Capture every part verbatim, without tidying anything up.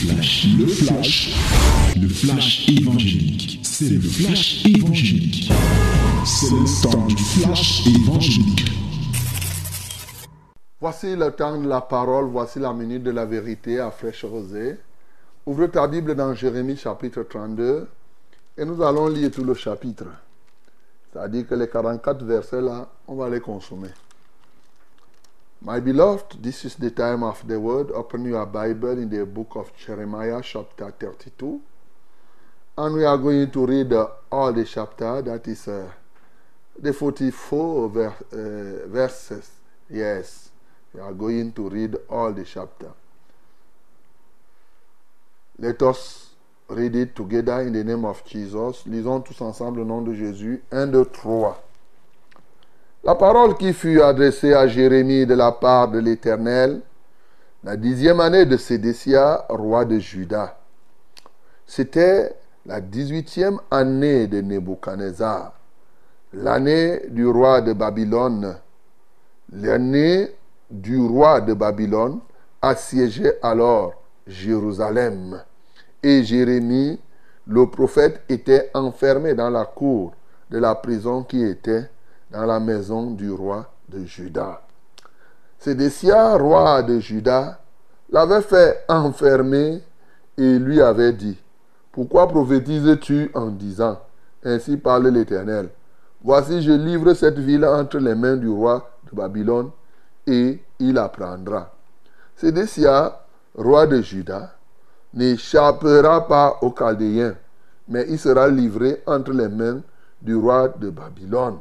flash, le flash, le flash évangélique. C'est le flash évangélique. C'est le temps du flash évangélique. Voici le temps de la parole, voici la minute de la vérité à fraîche rosée. Ouvre ta Bible dans Jérémie chapitre trente-deux et nous allons lire tout le chapitre. C'est-à-dire que les quarante-quatre versets là, on va les consommer. My beloved, this is the time of the word. Open your Bible in the book of Jeremiah chapter thirty-two. And we are going to read uh, all the chapter, that is uh, the forty-four ver- uh, verses. Yes, we are going to read all the chapter. Let us read it together in the name of Jesus. Lisons tous ensemble le nom de Jésus. un, deux, trois. La parole qui fut adressée à Jérémie de la part de l'Éternel, la dixième année de Sédécia, roi de Juda. C'était la dix-huitième année de Nebuchadnezzar, l'année du roi de Babylone. L'année du roi de Babylone assiégeait alors Jérusalem. Et Jérémie, le prophète, était enfermé dans la cour de la prison qui était dans la maison du roi de Juda. Sédécia, roi de Juda, l'avait fait enfermer et lui avait dit: pourquoi prophétises-tu en disant, ainsi parle l'Éternel, voici je livre cette ville entre les mains du roi de Babylone et il la prendra. Sédécia, roi de Juda, n'échappera pas aux Chaldéens, mais il sera livré entre les mains du roi de Babylone.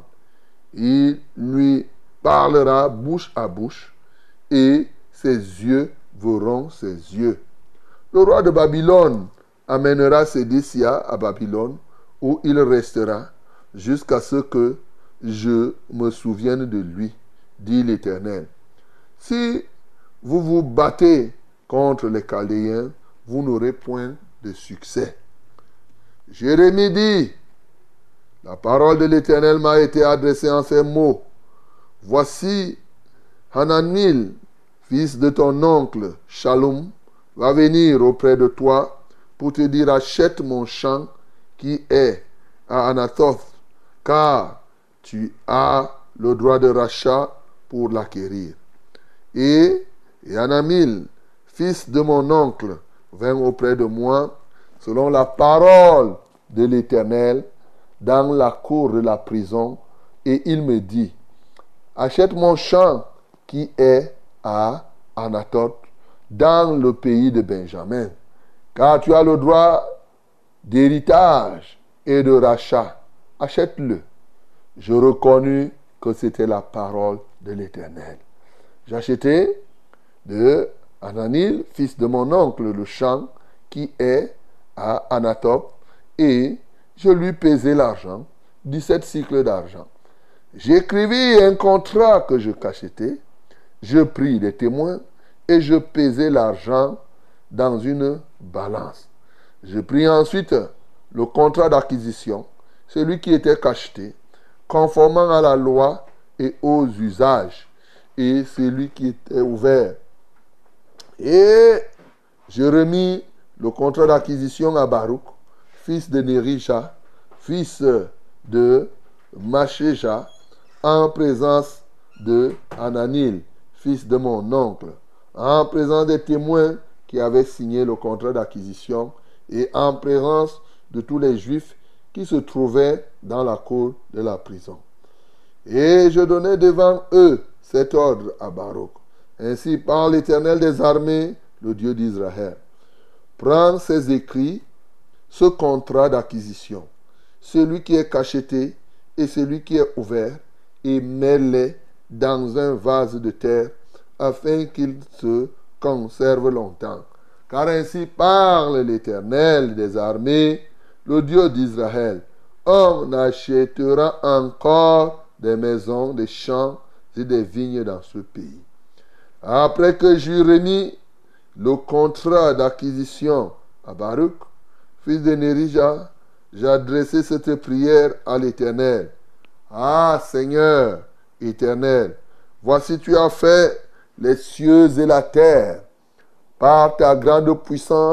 Il lui parlera bouche à bouche et ses yeux verront ses yeux. Le roi de Babylone amènera Sédécia à Babylone où il restera jusqu'à ce que je me souvienne de lui, dit l'Éternel. Si vous vous battez contre les Chaldéens, vous n'aurez point de succès. Jérémie dit: la parole de l'Éternel m'a été adressée en ces mots. Voici, Hananil, fils de ton oncle Shallum, va venir auprès de toi pour te dire: achète mon champ qui est à Anathoth, car tu as le droit de rachat pour l'acquérir. Et Hananil, fils de mon oncle, vint auprès de moi, selon la parole de l'Éternel, dans la cour de la prison, et il me dit: achète mon champ qui est à Anathoth, dans le pays de Benjamin, car tu as le droit d'héritage et de rachat. Achète-le. Je reconnus que c'était la parole de l'Éternel. J'achetai de Hananil, fils de mon oncle, le champ qui est à Anathoth, et je lui pesai l'argent, dix-sept cycles d'argent. J'écrivis un contrat que je cachetais, je pris des témoins et je pesai l'argent dans une balance. Je pris ensuite le contrat d'acquisition, celui qui était cacheté, conformément à la loi et aux usages, et celui qui était ouvert. Et je remis le contrat d'acquisition à Baruch, fils de Nérisha, fils de Machéja, en présence de Hananil, fils de mon oncle, en présence des témoins qui avaient signé le contrat d'acquisition et en présence de tous les Juifs qui se trouvaient dans la cour de la prison. Et je donnai devant eux cet ordre à Baruch. Ainsi parle l'Éternel des armées, le Dieu d'Israël. Prends ces écrits, ce contrat d'acquisition, celui qui est cacheté et celui qui est ouvert, et mets-les dans un vase de terre, afin qu'ils se conservent longtemps. Car ainsi parle l'Éternel des armées, le Dieu d'Israël. On achètera encore des maisons, des champs et des vignes dans ce pays. Après que j'eus remis le contrat d'acquisition à Baruch, fils de Nérija, j'ai adressé cette prière à l'Éternel. Ah Seigneur éternel, voici tu as fait les cieux et la terre. Par ta grande puissance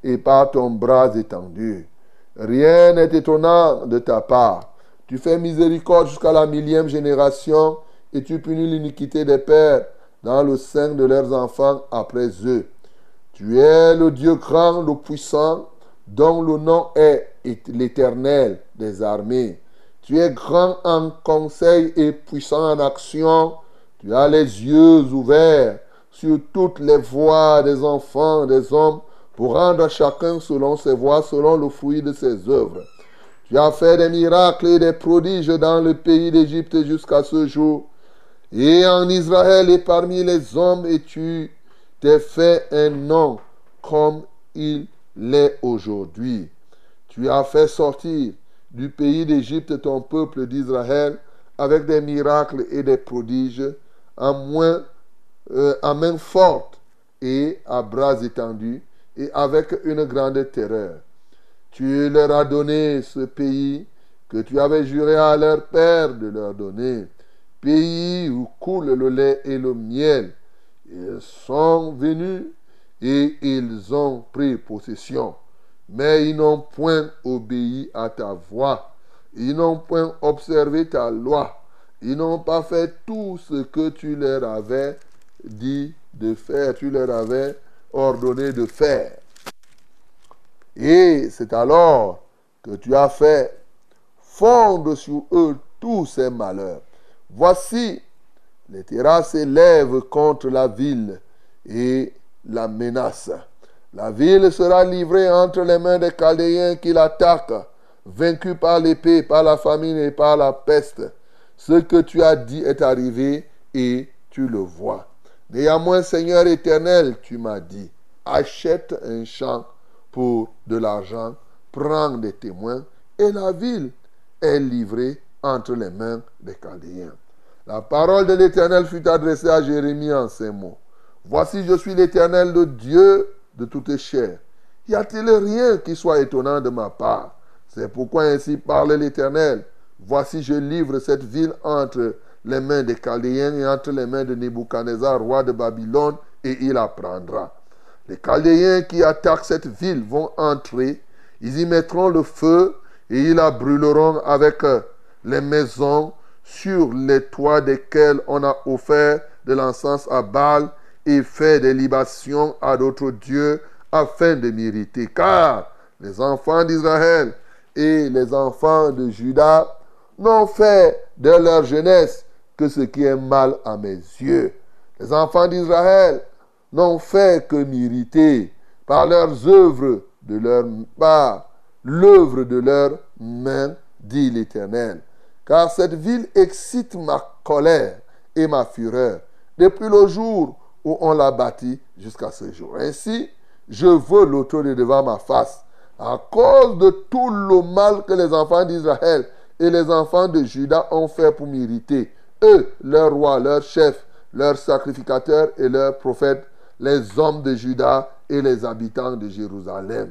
et par ton bras étendu. Rien n'est étonnant de ta part. Tu fais miséricorde jusqu'à la millième génération et tu punis l'iniquité des pères dans le sein de leurs enfants après eux. Tu es le Dieu grand, le puissant, dont le nom est l'Éternel des armées. Tu es grand en conseil et puissant en action. Tu as les yeux ouverts sur toutes les voies des enfants, des hommes, pour rendre à chacun selon ses voies, selon le fruit de ses œuvres. Tu as fait des miracles et des prodiges dans le pays d'Égypte jusqu'à ce jour, et en Israël et parmi les hommes, et tu t'es fait un nom comme il l'est aujourd'hui. Tu as fait sortir du pays d'Égypte ton peuple d'Israël avec des miracles et des prodiges, à, moins, euh, à main forte et à bras étendus, et avec une grande terreur. Tu leur as donné ce pays que tu avais juré à leur père de leur donner, pays où coule le lait et le miel. Ils sont venus et ils ont pris possession, mais ils n'ont point obéi à ta voix. Ils n'ont point observé ta loi. Ils n'ont pas fait tout ce que tu leur avais dit de faire, tu leur avais ordonné de faire. Et c'est alors que tu as fait fondre sur eux tous ces malheurs. Voici, les terrasses s'élèvent contre la ville et la menacent. La ville sera livrée entre les mains des Chaldéens qui l'attaquent, vaincue par l'épée, par la famine et par la peste. Ce que tu as dit est arrivé et tu le vois. Néanmoins, Seigneur éternel, tu m'as dit, achète un champ pour de l'argent, prends des témoins, et la ville est livrée entre les mains des Chaldéens. La parole de l'Éternel fut adressée à Jérémie en ces mots. Voici, je suis l'Éternel, le Dieu de toutes chairs. Y a-t-il rien qui soit étonnant de ma part? C'est pourquoi ainsi parle l'Éternel. Voici, je livre cette ville entre les mains des Chaldéens et entre les mains de Nebuchadnezzar, roi de Babylone, et il la prendra. Les Chaldéens qui attaquent cette ville vont entrer, ils y mettront le feu et ils la brûleront avec les maisons sur les toits desquels on a offert de l'encens à Baal et fait des libations à d'autres dieux afin de m'irriter. Car les enfants d'Israël et les enfants de Juda n'ont fait de leur jeunesse que ce qui est mal à mes yeux. Les enfants d'Israël n'ont fait que m'irriter par leurs œuvres de leur part, l'œuvre de leurs mains, dit l'Éternel. Car cette ville excite ma colère et ma fureur depuis le jour où on l'a bâtie jusqu'à ce jour. Ainsi, je veux l'ôter de devant ma face à cause de tout le mal que les enfants d'Israël et les enfants de Juda ont fait pour m'irriter. Eux, leurs rois, leurs chefs, leurs sacrificateurs et leurs prophètes, les hommes de Juda et les habitants de Jérusalem.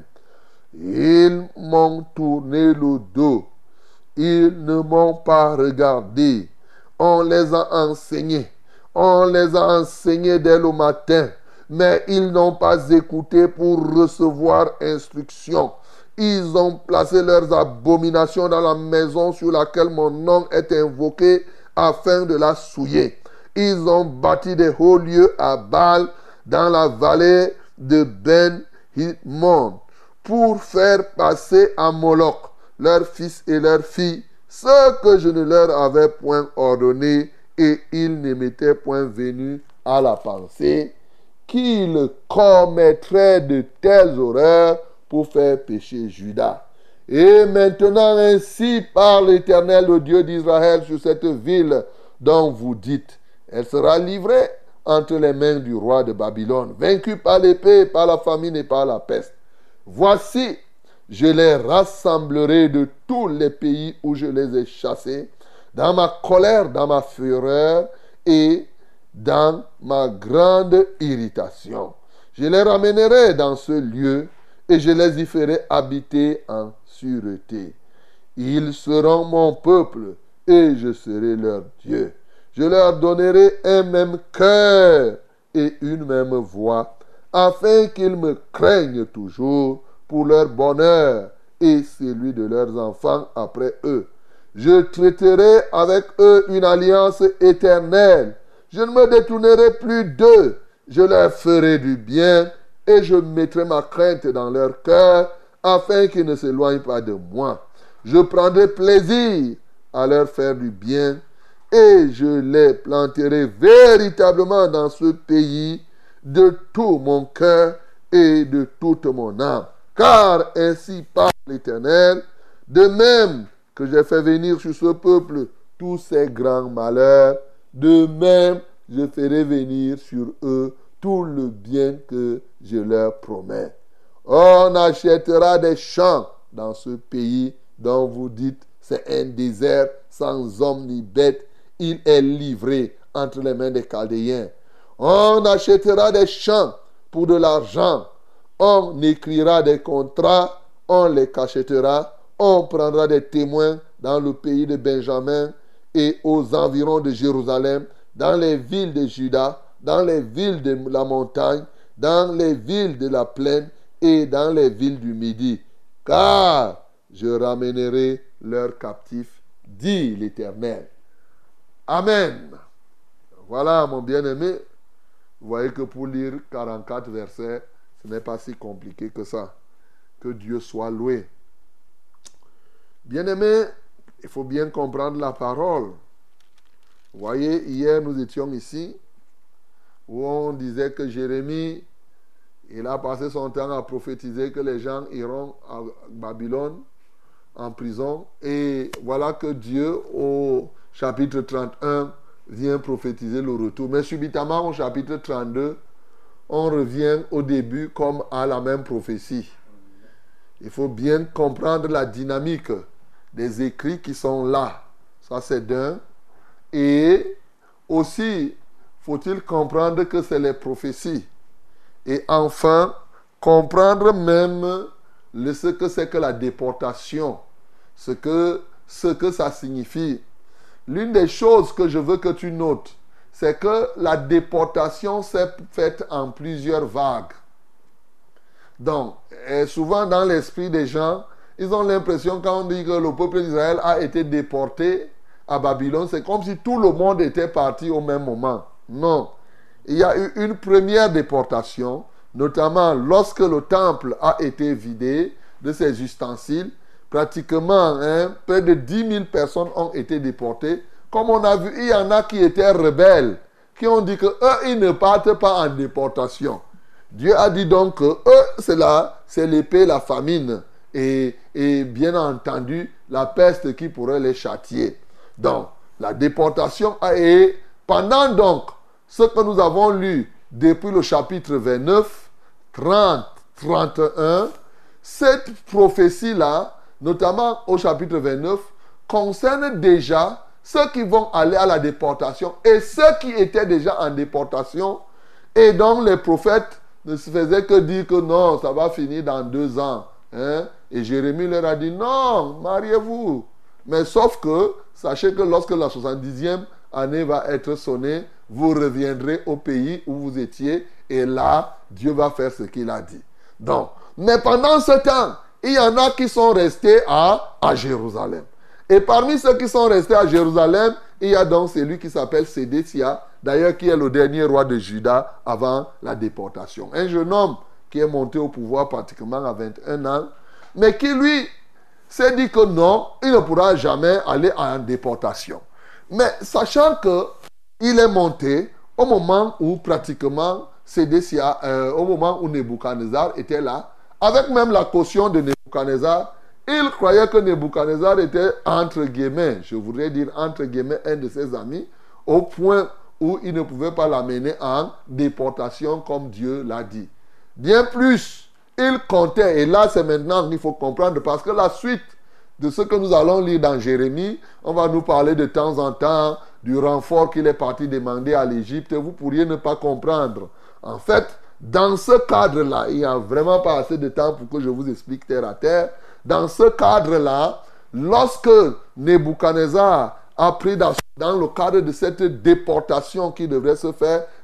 Ils m'ont tourné le dos. Ils ne m'ont pas regardé. On les a enseignés. On les a enseignés dès le matin. Mais ils n'ont pas écouté pour recevoir instruction. Ils ont placé leurs abominations dans la maison sur laquelle mon nom est invoqué afin de la souiller. Ils ont bâti des hauts lieux à Baal dans la vallée de Ben-Hinnom pour faire passer à Moloch leurs fils et leurs filles ce que je ne leur avais point ordonné, et ils ne m'étaient point venus à la pensée qu'ils commettraient de telles horreurs pour faire pécher Juda. Et maintenant ainsi parle l'Éternel, le Dieu d'Israël, sur cette ville dont vous dites, elle sera livrée entre les mains du roi de Babylone, vaincue par l'épée, par la famine et par la peste. Voici, je les rassemblerai de tous les pays où je les ai chassés, dans ma colère, dans ma fureur et dans ma grande irritation. Je les ramènerai dans ce lieu et je les y ferai habiter en sûreté. Ils seront mon peuple et je serai leur Dieu. Je leur donnerai un même cœur et une même voix, afin qu'ils me craignent toujours pour leur bonheur et celui de leurs enfants après eux. Je traiterai avec eux une alliance éternelle. Je ne me détournerai plus d'eux. Je leur ferai du bien et je mettrai ma crainte dans leur cœur afin qu'ils ne s'éloignent pas de moi. Je prendrai plaisir à leur faire du bien et je les planterai véritablement dans ce pays de tout mon cœur et de toute mon âme. Car ainsi parle l'Éternel, de même que j'ai fait venir sur ce peuple tous ces grands malheurs, de même je ferai venir sur eux tout le bien que je leur promets. On achètera des champs dans ce pays dont vous dites c'est un désert sans homme ni bête. Il est livré entre les mains des Chaldéens. On achètera des champs pour de l'argent. On écrira des contrats, on les cachetera. On prendra des témoins dans le pays de Benjamin et aux environs de Jérusalem, dans les villes de Juda, dans les villes de la montagne, dans les villes de la plaine et dans les villes du Midi. Car je ramènerai leurs captifs, dit l'Éternel. Amen. Voilà, mon bien-aimé. Vous voyez que pour lire quarante-quatre versets, ce n'est pas si compliqué que ça. Que Dieu soit loué. Bien-aimé, il faut bien comprendre la parole. Vous voyez, hier nous étions ici, où on disait que Jérémie, il a passé son temps à prophétiser que les gens iront à Babylone, en prison. Et voilà que Dieu, au chapitre trente et un, vient prophétiser le retour. Mais subitement, au chapitre trente-deux, on revient au début comme à la même prophétie. Il faut bien comprendre la dynamique des écrits qui sont là. Ça, c'est d'un. Et aussi, faut-il comprendre que c'est les prophéties. Et enfin, comprendre même le, ce que c'est que la déportation, ce que, ce que ça signifie. L'une des choses que je veux que tu notes, c'est que la déportation s'est faite en plusieurs vagues. Donc, et souvent dans l'esprit des gens, ils ont l'impression quand on dit que le peuple d'Israël a été déporté à Babylone, c'est comme si tout le monde était parti au même moment. Non. Il y a eu une première déportation, notamment lorsque le temple a été vidé de ses ustensiles. Pratiquement, hein, près de dix mille personnes ont été déportées. Comme on a vu, il y en a qui étaient rebelles, qui ont dit qu'eux, ils ne partent pas en déportation. Dieu a dit donc que eux, c'est là, c'est l'épée, la famine, et, et bien entendu, la peste qui pourrait les châtier. Donc, la déportation a été, pendant donc, ce que nous avons lu depuis le chapitre vingt-neuf, trente, trente et un, cette prophétie-là, notamment au chapitre vingt-neuf, concerne déjà ceux qui vont aller à la déportation et ceux qui étaient déjà en déportation. Et donc les prophètes ne se faisaient que dire que non, ça va finir dans deux ans. Hein? Et Jérémie leur a dit non, mariez-vous. Mais sauf que, sachez que lorsque la soixante-dixième année va être sonnée, vous reviendrez au pays où vous étiez et là, Dieu va faire ce qu'il a dit. Donc, mais pendant ce temps, il y en a qui sont restés à, à Jérusalem. Et parmi ceux qui sont restés à Jérusalem, il y a donc celui qui s'appelle Sédécia, d'ailleurs qui est le dernier roi de Juda avant la déportation. Un jeune homme qui est monté au pouvoir pratiquement à vingt et un ans, mais qui lui s'est dit que non, il ne pourra jamais aller en déportation. Mais sachant qu'il est monté au moment où pratiquement Sédécia, euh, au moment où Nebuchadnezzar était là, avec même la caution de Nebuchadnezzar, il croyait que Nebuchadnezzar était entre guillemets, je voudrais dire entre guillemets, un de ses amis, au point où il ne pouvait pas l'amener en déportation comme Dieu l'a dit. Bien plus, il comptait, et là c'est maintenant qu'il faut comprendre, parce que la suite de ce que nous allons lire dans Jérémie, on va nous parler de temps en temps du renfort qu'il est parti demander à l'Égypte, vous pourriez ne pas comprendre. En fait, dans ce cadre-là, il n'y a vraiment pas assez de temps pour que je vous explique terre à terre. Dans ce cadre-là, lorsque Nebuchadnezzar a pris dans, dans le cadre de cette déportation qui devrait se faire,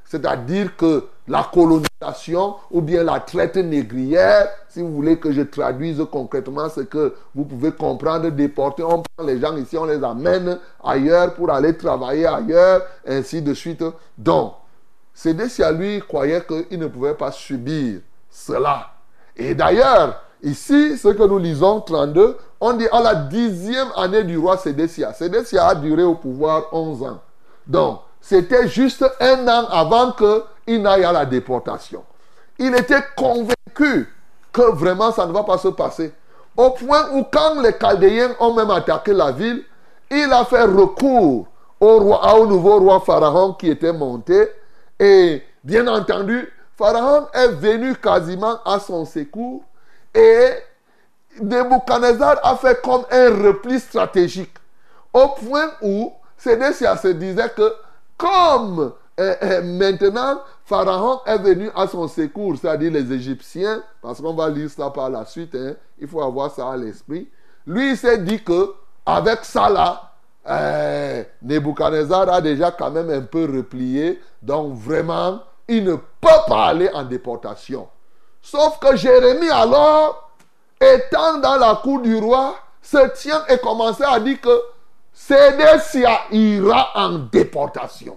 c'est-à-dire que la colonisation ou bien la traite négrière, si vous voulez que je traduise concrètement ce que vous pouvez comprendre, déporter, on prend les gens ici, on les amène ailleurs pour aller travailler ailleurs, ainsi de suite. Donc, Sédécia, lui, croyait qu'il ne pouvait pas subir cela. Et d'ailleurs, ici, ce que nous lisons, trente-deux, on dit à la dixième année du roi Sédécia. Sédécia a duré au pouvoir onze ans. Donc, c'était juste un an avant qu'il n'aille à la déportation. Il était convaincu que vraiment ça ne va pas se passer. Au point où quand les Chaldéens ont même attaqué la ville, il a fait recours au, roi, au nouveau roi Pharaon qui était monté. Et bien entendu, Pharaon est venu quasiment à son secours. Et Nebuchadnezzar a fait comme un repli stratégique. Au point où Sédécia se disait que comme euh, euh, maintenant Pharaon est venu à son secours, c'est-à-dire les Égyptiens, parce qu'on va lire ça par la suite, hein, il faut avoir ça à l'esprit. Lui, il s'est dit que avec ça là, euh, Nebuchadnezzar a déjà quand même un peu replié, donc vraiment, il ne peut pas aller en déportation. Sauf que Jérémie alors, étant dans la cour du roi, se tient et commence à dire que Sédécia ira en déportation.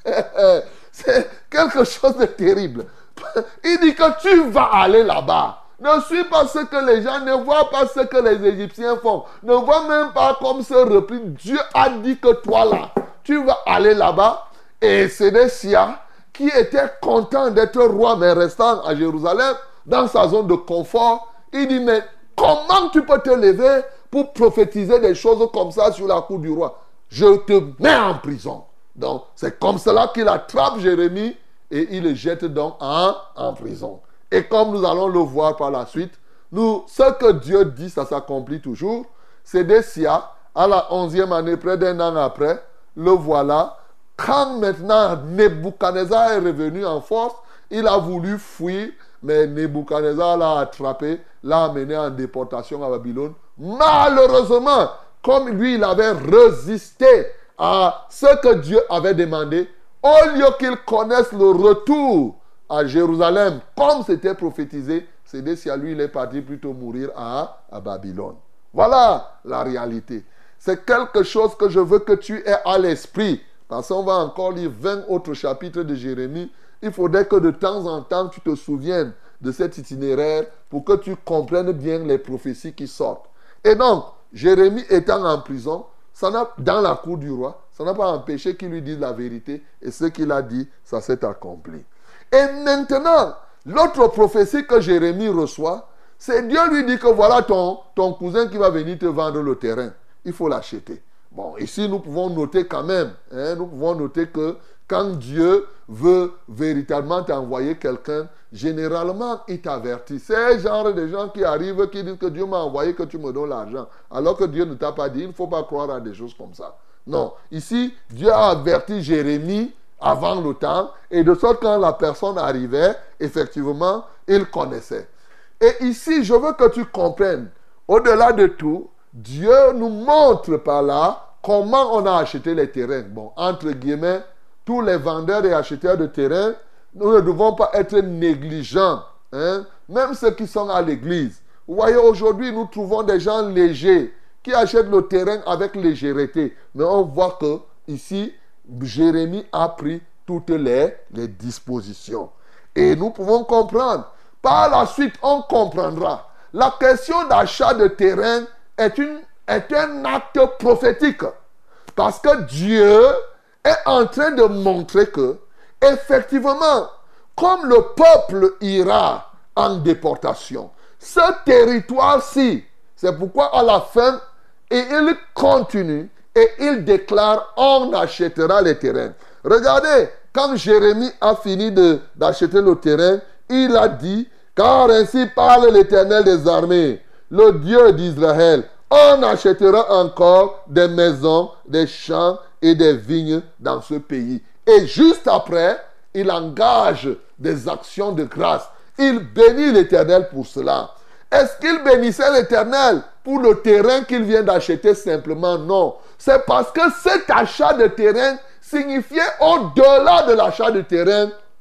C'est quelque chose de terrible. Il dit que tu vas aller là-bas. Ne suis pas ce que les gens ne voient pas ce que les Égyptiens font. Ne vois même pas comme ce repli. Dieu a dit que toi là, tu vas aller là-bas. Et Sédécia, qui était content d'être roi, mais restant à Jérusalem, dans sa zone de confort, il dit, mais comment tu peux te lever pour prophétiser des choses comme ça sur la cour du roi? Je te mets en prison. Donc, c'est comme cela qu'il attrape Jérémie et il le jette donc en, en prison. Et comme nous allons le voir par la suite, nous, ce que Dieu dit, ça s'accomplit toujours. Sédécia, à la onzième année, près d'un an après, le voilà. Quand maintenant Nebuchadnezzar est revenu en force, il a voulu fuir, mais Nebuchadnezzar l'a attrapé, l'a amené en déportation à Babylone. Malheureusement, comme lui, il avait résisté à ce que Dieu avait demandé, au lieu qu'il connaisse le retour à Jérusalem, comme c'était prophétisé, Sédécia, lui, il est parti plutôt mourir à, à Babylone. Voilà la réalité. C'est quelque chose que je veux que tu aies à l'esprit, parce qu'on va encore lire vingt autres chapitres de Jérémie. Il faudrait que de temps en temps, tu te souviennes de cet itinéraire pour que tu comprennes bien les prophéties qui sortent. Et donc, Jérémie étant en prison, ça n'a, dans la cour du roi, ça n'a pas empêché qu'il lui dise la vérité. Et ce qu'il a dit, ça s'est accompli. Et maintenant, l'autre prophétie que Jérémie reçoit, c'est Dieu lui dit que voilà ton, ton cousin qui va venir te vendre le terrain. Il faut l'acheter. Bon, ici, nous pouvons noter quand même, hein, nous pouvons noter que quand Dieu veut véritablement t'envoyer quelqu'un, généralement, il t'avertit. C'est le genre de gens qui arrivent, qui disent que Dieu m'a envoyé, que tu me donnes l'argent. Alors que Dieu ne t'a pas dit, il ne faut pas croire à des choses comme ça. Non, ici, Dieu a averti Jérémie avant le temps, et de sorte quand la personne arrivait, effectivement, il connaissait. Et ici, je veux que tu comprennes, au-delà de tout, Dieu nous montre par là comment on a acheté les terrains. Bon, entre guillemets, tous les vendeurs et acheteurs de terrains, nous ne devons pas être négligents. Hein? Même ceux qui sont à l'église. Vous voyez, aujourd'hui, nous trouvons des gens légers qui achètent le terrain avec légèreté. Mais on voit que ici, Jérémie a pris toutes les, les dispositions. Et nous pouvons comprendre. Par la suite, on comprendra. La question d'achat de terrain est, une, est un acte prophétique. Parce que Dieu est en train de montrer que, effectivement, comme le peuple ira en déportation, ce territoire-ci, c'est pourquoi à la fin, et il continue et il déclare, on achètera les terrains. Regardez, quand Jérémie a fini de, d'acheter le terrain, il a dit, car ainsi parle l'Éternel des armées, le Dieu d'Israël, on achètera encore des maisons, des champs et des vignes dans ce pays. Et juste après, il engage des actions de grâce. Il bénit l'Éternel pour cela. Est-ce qu'il bénissait l'Éternel pour le terrain qu'il vient d'acheter simplement? Non. C'est parce que cet achat de terrain signifiait au-delà de l'achat de terrain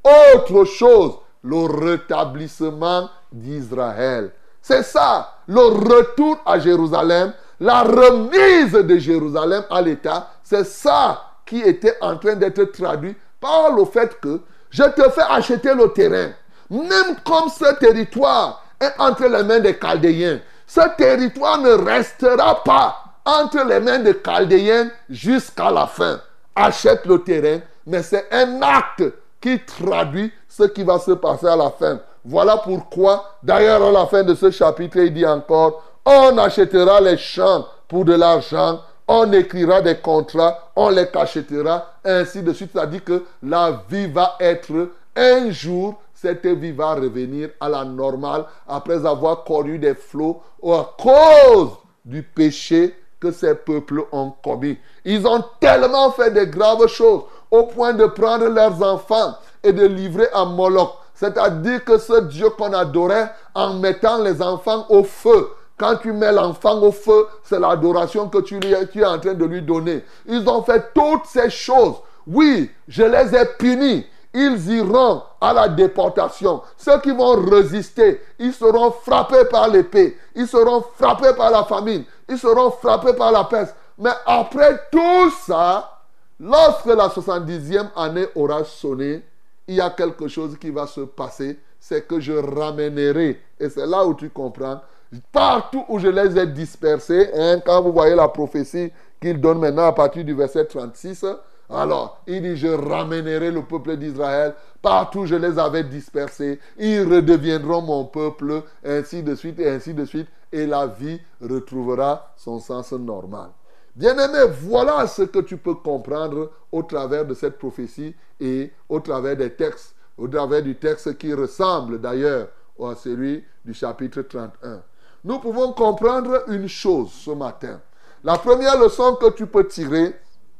autre chose, le rétablissement d'Israël. C'est ça, le retour à Jérusalem, la remise de Jérusalem à l'État. C'est ça qui était en train d'être traduit par le fait que je te fais acheter le terrain. Même comme ce territoire est entre les mains des Chaldéens, ce territoire ne restera pas entre les mains des Chaldéens jusqu'à la fin. Achète le terrain, mais c'est un acte qui traduit ce qui va se passer à la fin. Voilà pourquoi, d'ailleurs, à la fin de ce chapitre, il dit encore, on achètera les champs pour de l'argent, on écrira des contrats, on les cachetera, ainsi de suite. Ça dit que la vie va être un jour, cette vie va revenir à la normale après avoir connu des flots à cause du péché que ces peuples ont commis. Ils ont tellement fait de graves choses au point de prendre leurs enfants et de livrer à Moloch. C'est-à-dire que ce Dieu qu'on adorait en mettant les enfants au feu. Quand tu mets l'enfant au feu, c'est l'adoration que tu, lui, tu es en train de lui donner. Ils ont fait toutes ces choses. Oui, je les ai punis. Ils iront à la déportation. Ceux qui vont résister, ils seront frappés par l'épée. Ils seront frappés par la famine. Ils seront frappés par la peste. Mais après tout ça, lorsque la soixante-dixième année aura sonné, il y a quelque chose qui va se passer. C'est que je ramènerai. Et c'est là où tu comprends. Partout où je les ai dispersés, hein, quand vous voyez la prophétie qu'il donne maintenant à partir du verset trente-six, alors il dit, je ramènerai le peuple d'Israël, partout où je les avais dispersés, ils redeviendront mon peuple, ainsi de suite et ainsi de suite, et la vie retrouvera son sens normal. Bien-aimé, voilà ce que tu peux comprendre au travers de cette prophétie et au travers des textes, au travers du texte qui ressemble d'ailleurs à celui du chapitre trente et un. Nous pouvons comprendre une chose ce matin. La première leçon que tu peux tirer,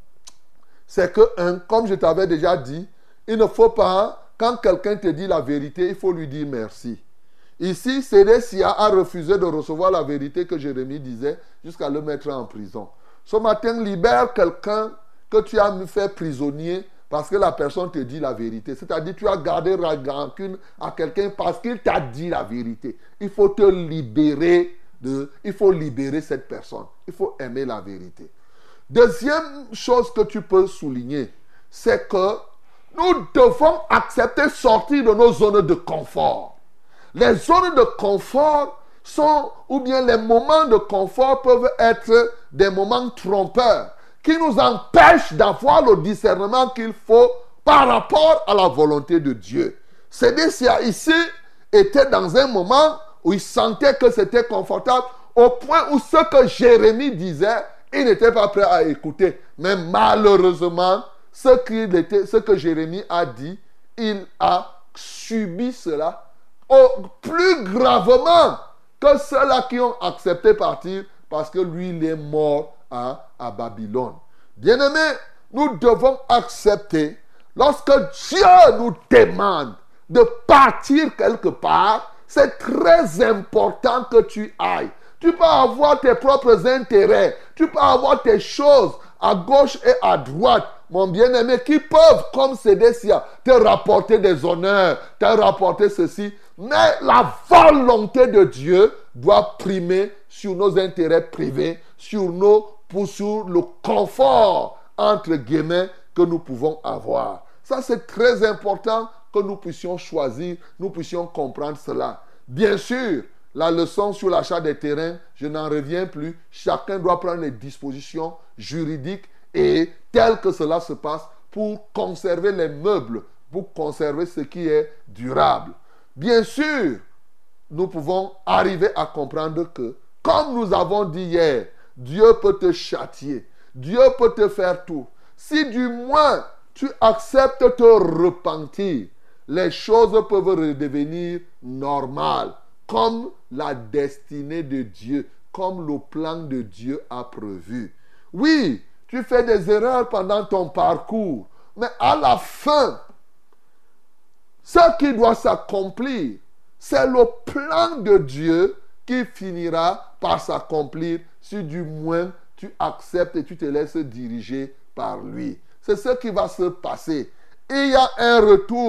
c'est que, un, comme je t'avais déjà dit, il ne faut pas, quand quelqu'un te dit la vérité, il faut lui dire merci. Ici, Sédécia a refusé de recevoir la vérité que Jérémie disait jusqu'à le mettre en prison. Ce matin, libère quelqu'un que tu as fait prisonnier parce que la personne te dit la vérité. C'est-à-dire, tu as gardé la rancune à quelqu'un parce qu'il t'a dit la vérité. Il faut te libérer de... Il faut libérer cette personne. Il faut aimer la vérité. Deuxième chose que tu peux souligner, c'est que nous devons accepter sortir de nos zones de confort. Les zones de confort sont, ou bien les moments de confort peuvent être des moments trompeurs qui nous empêchent d'avoir le discernement qu'il faut par rapport à la volonté de Dieu. Sédécia ici était dans un moment où il sentait que c'était confortable au point où ce que Jérémie disait, il n'était pas prêt à écouter. Mais malheureusement, ce, qu'il était, ce que Jérémie a dit, il a subi cela au plus gravement que ceux-là qui ont accepté partir parce que lui, il est mort à, à Babylone. Bien-aimés, nous devons accepter, lorsque Dieu nous demande de partir quelque part, c'est très important que tu ailles. Tu peux avoir tes propres intérêts, tu peux avoir tes choses à gauche et à droite, mon bien-aimé, qui peuvent, comme Sédécia, te rapporter des honneurs, te rapporter ceci. Mais la volonté de Dieu doit primer sur nos intérêts privés, sur, nos, pour, sur le confort, entre guillemets, que nous pouvons avoir. Ça, c'est très important que nous puissions choisir, nous puissions comprendre cela. Bien sûr, la leçon sur l'achat des terrains, je n'en reviens plus. Chacun doit prendre les dispositions juridiques et telles que cela se passe pour conserver les meubles, pour conserver ce qui est durable. Bien sûr, nous pouvons arriver à comprendre que, comme nous avons dit hier, Dieu peut te châtier, Dieu peut te faire tout. Si du moins tu acceptes de te repentir, les choses peuvent redevenir normales, comme la destinée de Dieu, comme le plan de Dieu a prévu. Oui, tu fais des erreurs pendant ton parcours, mais à la fin, ce qui doit s'accomplir, c'est le plan de Dieu qui finira par s'accomplir si du moins tu acceptes et tu te laisses diriger par lui. C'est ce qui va se passer. Il y a un retour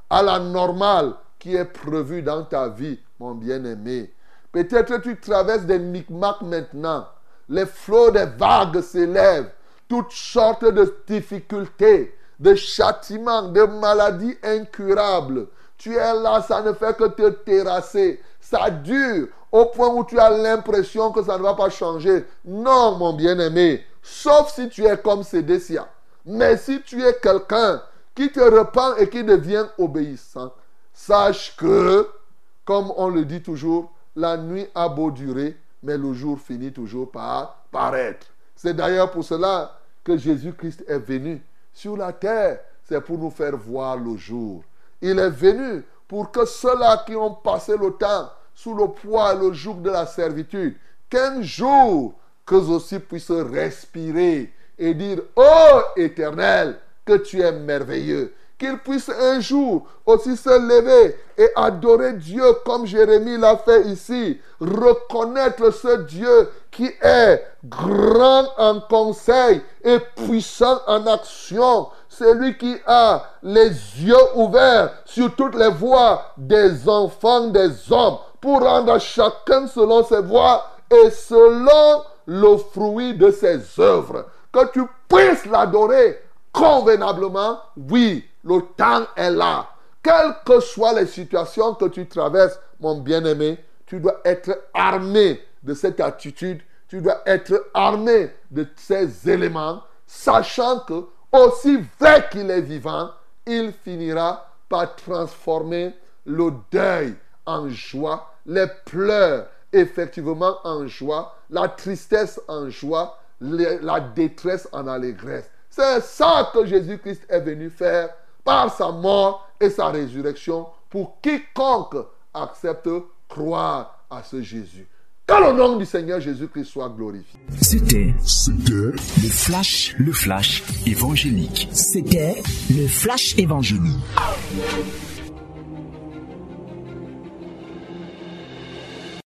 à la normale qui est prévue dans ta vie, mon bien-aimé. Peut-être tu traverses des micmacs maintenant. Les flots des vagues s'élèvent. Toutes sortes de difficultés, de châtiments, de maladies incurables. Tu es là, ça ne fait que te terrasser. Ça dure au point où tu as l'impression que ça ne va pas changer. Non, mon bien-aimé. Sauf si tu es comme Sédécia. Mais si tu es quelqu'un qui te repent et qui devient obéissant, sache que, comme on le dit toujours, la nuit a beau durer, mais le jour finit toujours par paraître. C'est d'ailleurs pour cela que Jésus-Christ est venu sur la terre. C'est pour nous faire voir le jour. Il est venu pour que ceux-là qui ont passé le temps sous le poids et le joug de la servitude, qu'un jour, qu'eux aussi puissent respirer et dire « Oh Éternel, que tu es merveilleux !» Qu'ils puissent un jour aussi se lever et adorer Dieu comme Jérémie l'a fait ici. Reconnaître ce Dieu qui est grand en conseil et puissant en action. Celui qui a les yeux ouverts sur toutes les voies des enfants des hommes pour rendre à chacun selon ses voies et selon le fruit de ses œuvres. Que tu puisses l'adorer convenablement, oui, le temps est là. Quelles que soient les situations que tu traverses, mon bien-aimé, tu dois être armé de cette attitude, tu dois être armé de ces éléments, sachant que aussi vrai qu'il est vivant, il finira par transformer le deuil en joie, les pleurs effectivement en joie, la tristesse en joie, la détresse en allégresse. C'est ça que Jésus-Christ est venu faire par sa mort et sa résurrection pour quiconque accepte croire à ce Jésus. Que le nom du Seigneur Jésus-Christ soit glorifié. C'était, C'était le flash, le flash évangélique. C'était le flash évangélique.